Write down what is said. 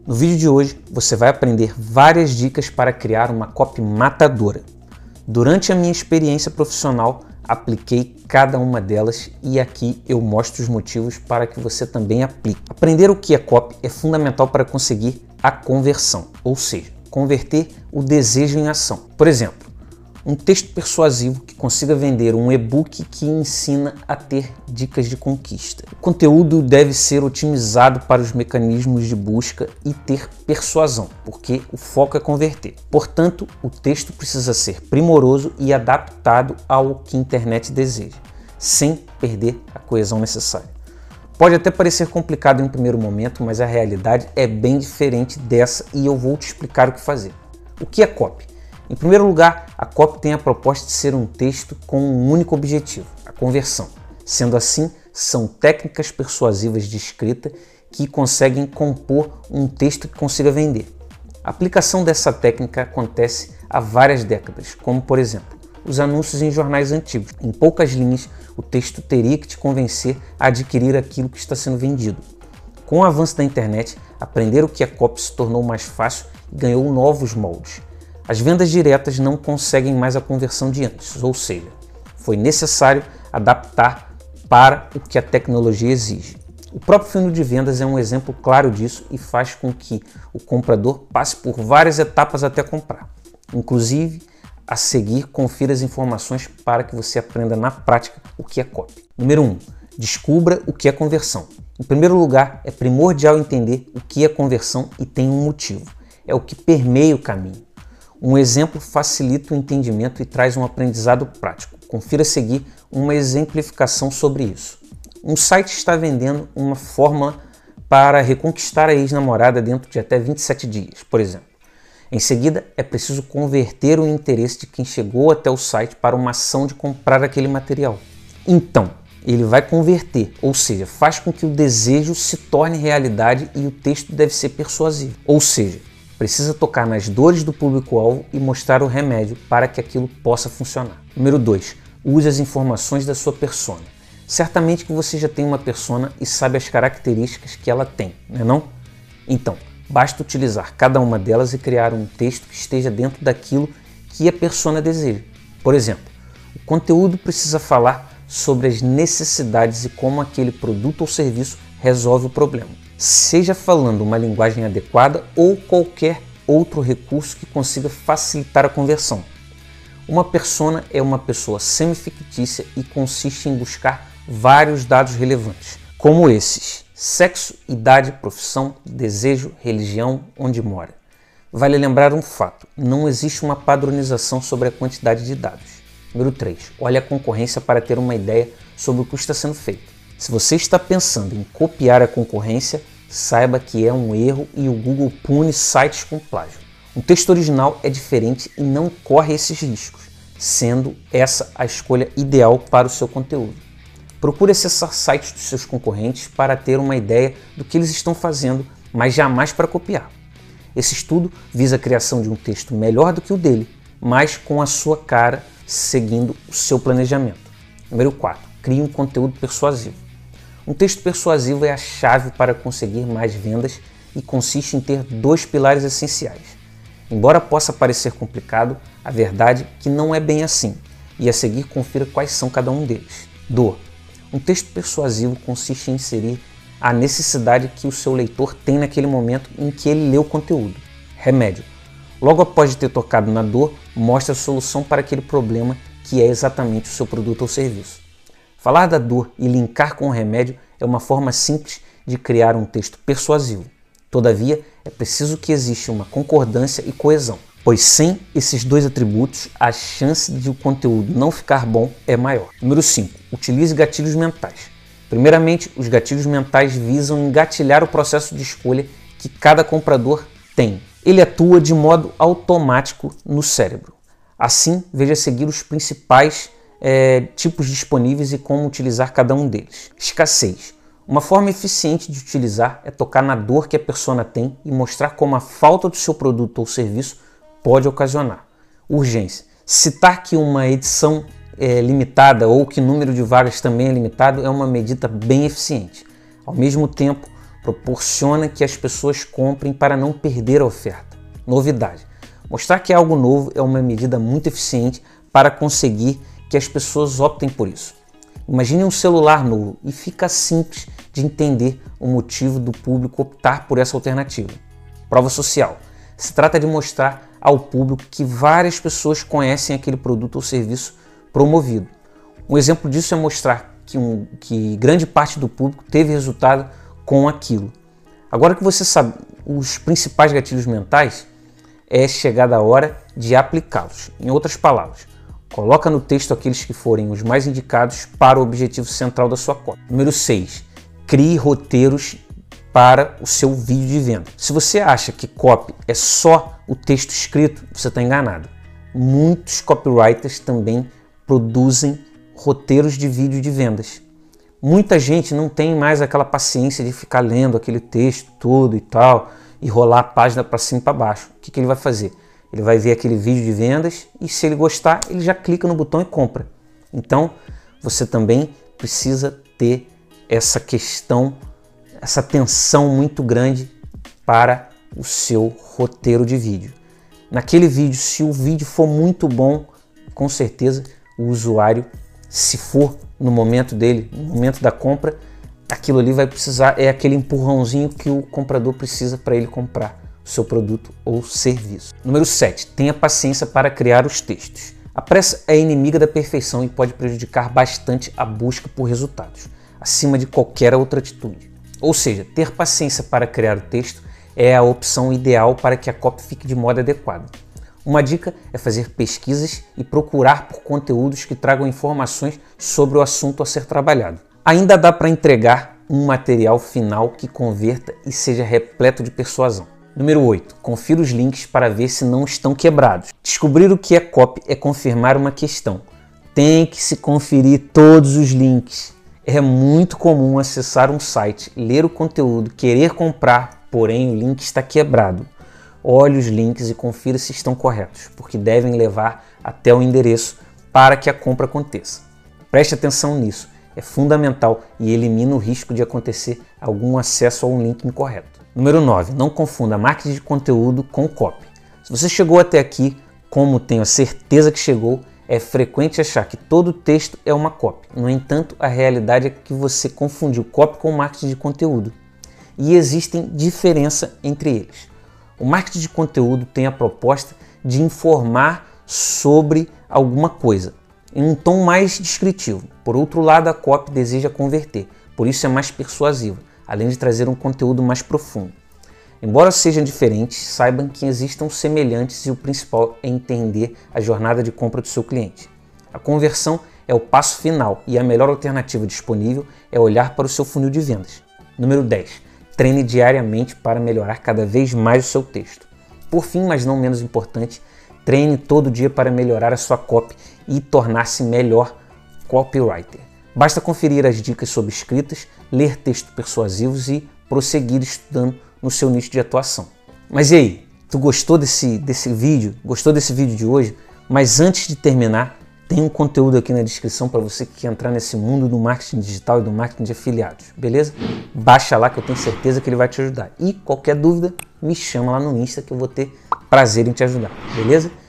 No vídeo de hoje você vai aprender várias dicas para criar uma copy matadora. Durante a minha experiência profissional, apliquei cada uma delas e aqui eu mostro os motivos para que você também aplique. Aprender o que é copy é fundamental para conseguir a conversão, ou seja, converter o desejo em ação. Por exemplo, um texto persuasivo que consiga vender um e-book que ensina a ter dicas de conquista. O conteúdo deve ser otimizado para os mecanismos de busca e ter persuasão, porque o foco é converter. Portanto, o texto precisa ser primoroso e adaptado ao que a internet deseja, sem perder a coesão necessária. Pode até parecer complicado em um primeiro momento, mas a realidade é bem diferente dessa e eu vou te explicar o que fazer. O que é copy? Em primeiro lugar, a copy tem a proposta de ser um texto com um único objetivo, a conversão. Sendo assim, são técnicas persuasivas de escrita que conseguem compor um texto que consiga vender. A aplicação dessa técnica acontece há várias décadas, como por exemplo, os anúncios em jornais antigos. Em poucas linhas, o texto teria que te convencer a adquirir aquilo que está sendo vendido. Com o avanço da internet, aprender o que é copy se tornou mais fácil e ganhou novos moldes. As vendas diretas não conseguem mais a conversão de antes, ou seja, foi necessário adaptar para o que a tecnologia exige. O próprio funil de vendas é um exemplo claro disso e faz com que o comprador passe por várias etapas até comprar. Inclusive, a seguir, confira as informações para que você aprenda na prática o que é copy. Número 1. Descubra o que é conversão. Em primeiro lugar, é primordial entender o que é conversão e tem um motivo. É o que permeia o caminho. Um exemplo facilita o entendimento e traz um aprendizado prático. Confira a seguir uma exemplificação sobre isso. Um site está vendendo uma fórmula para reconquistar a ex-namorada dentro de até 27 dias, por exemplo. Em seguida, é preciso converter o interesse de quem chegou até o site para uma ação de comprar aquele material. Então, ele vai converter, ou seja, faz com que o desejo se torne realidade e o texto deve ser persuasivo. Ou seja, precisa tocar nas dores do público-alvo e mostrar o remédio para que aquilo possa funcionar. Número 2. Use as informações da sua persona. Certamente que você já tem uma persona e sabe as características que ela tem, não é não? Então, basta utilizar cada uma delas e criar um texto que esteja dentro daquilo que a persona deseja. Por exemplo, o conteúdo precisa falar sobre as necessidades e como aquele produto ou serviço resolve o problema. Seja falando uma linguagem adequada ou qualquer outro recurso que consiga facilitar a conversão. Uma persona é uma pessoa semi-fictícia e consiste em buscar vários dados relevantes, como esses: sexo, idade, profissão, desejo, religião, onde mora. Vale lembrar um fato: não existe uma padronização sobre a quantidade de dados. Número 3. Olhe a concorrência para ter uma ideia sobre o que está sendo feito. Se você está pensando em copiar a concorrência, saiba que é um erro e o Google pune sites com plágio. Um texto original é diferente e não corre esses riscos, sendo essa a escolha ideal para o seu conteúdo. Procure acessar sites dos seus concorrentes para ter uma ideia do que eles estão fazendo, mas jamais para copiar. Esse estudo visa a criação de um texto melhor do que o dele, mas com a sua cara, seguindo o seu planejamento. Número 4. Crie um conteúdo persuasivo. Um texto persuasivo é a chave para conseguir mais vendas e consiste em ter dois pilares essenciais. Embora possa parecer complicado, a verdade é que não é bem assim, e a seguir confira quais são cada um deles. Dor. Um texto persuasivo consiste em inserir a necessidade que o seu leitor tem naquele momento em que ele lê o conteúdo. Remédio. Logo após de ter tocado na dor, mostra a solução para aquele problema que é exatamente o seu produto ou serviço. Falar da dor e linkar com o remédio é uma forma simples de criar um texto persuasivo. Todavia, é preciso que exista uma concordância e coesão, pois sem esses dois atributos, a chance de o conteúdo não ficar bom é maior. Número 5. Utilize gatilhos mentais. Primeiramente, os gatilhos mentais visam engatilhar o processo de escolha que cada comprador tem. Ele atua de modo automático no cérebro. Assim, veja a seguir os principais tipos disponíveis e como utilizar cada um deles. Escassez. Uma forma eficiente de utilizar é tocar na dor que a persona tem e mostrar como a falta do seu produto ou serviço pode ocasionar. Urgência. Citar que uma edição é limitada ou que o número de vagas também é limitado é uma medida bem eficiente. Ao mesmo tempo, proporciona que as pessoas comprem para não perder a oferta. Novidade. Mostrar que é algo novo é uma medida muito eficiente para conseguir que as pessoas optem por isso. Imagine um celular novo e fica simples de entender o motivo do público optar por essa alternativa. Prova social. Se trata de mostrar ao público que várias pessoas conhecem aquele produto ou serviço promovido. Um exemplo disso é mostrar que grande parte do público teve resultado com aquilo. Agora que você sabe os principais gatilhos mentais, é chegada a hora de aplicá-los. Em outras palavras, coloca no texto aqueles que forem os mais indicados para o objetivo central da sua copy. Número 6. Crie roteiros para o seu vídeo de venda. Se você acha que copy é só o texto escrito, você está enganado. Muitos copywriters também produzem roteiros de vídeo de vendas. Muita gente não tem mais aquela paciência de ficar lendo aquele texto todo e tal, e rolar a página para cima e para baixo. O que ele vai fazer? Ele vai ver aquele vídeo de vendas e, se ele gostar, ele já clica no botão e compra. Então, você também precisa ter essa questão, essa atenção muito grande para o seu roteiro de vídeo. Naquele vídeo, se o vídeo for muito bom, com certeza o usuário, se for no momento dele, no momento da compra, aquilo ali vai precisar, é aquele empurrãozinho que o comprador precisa para ele comprar o seu produto ou serviço. Número 7. Tenha paciência para criar os textos. A pressa é inimiga da perfeição e pode prejudicar bastante a busca por resultados, acima de qualquer outra atitude. Ou seja, ter paciência para criar o texto é a opção ideal para que a copy fique de modo adequado. Uma dica é fazer pesquisas e procurar por conteúdos que tragam informações sobre o assunto a ser trabalhado. Ainda dá para entregar um material final que converta e seja repleto de persuasão. Número 8. Confira os links para ver se não estão quebrados. Descobrir o que é copy é confirmar uma questão. Tem que se conferir todos os links. É muito comum acessar um site, ler o conteúdo, querer comprar, porém o link está quebrado. Olhe os links e confira se estão corretos, porque devem levar até o endereço para que a compra aconteça. Preste atenção nisso. É fundamental e elimina o risco de acontecer algum acesso a um link incorreto. Número 9. Não confunda marketing de conteúdo com copy. Se você chegou até aqui, como tenho a certeza que chegou, é frequente achar que todo texto é uma copy. No entanto, a realidade é que você confundiu copy com marketing de conteúdo. E existem diferenças entre eles. O marketing de conteúdo tem a proposta de informar sobre alguma coisa, em um tom mais descritivo. Por outro lado, a copy deseja converter, por isso é mais persuasiva, além de trazer um conteúdo mais profundo. Embora sejam diferentes, saibam que existam semelhantes e o principal é entender a jornada de compra do seu cliente. A conversão é o passo final e a melhor alternativa disponível é olhar para o seu funil de vendas. Número 10. Treine diariamente para melhorar cada vez mais o seu texto. Por fim, mas não menos importante, treine todo dia para melhorar a sua copy e tornar-se melhor copywriter. Basta conferir as dicas sobre escritas, ler textos persuasivos e prosseguir estudando no seu nicho de atuação. Mas e aí? Tu gostou desse vídeo? Gostou desse vídeo de hoje? Mas antes de terminar, tem um conteúdo aqui na descrição para você que quer entrar nesse mundo do marketing digital e do marketing de afiliados, beleza? Baixa lá que eu tenho certeza que ele vai te ajudar. E qualquer dúvida, me chama lá no Insta que eu vou ter prazer em te ajudar, beleza?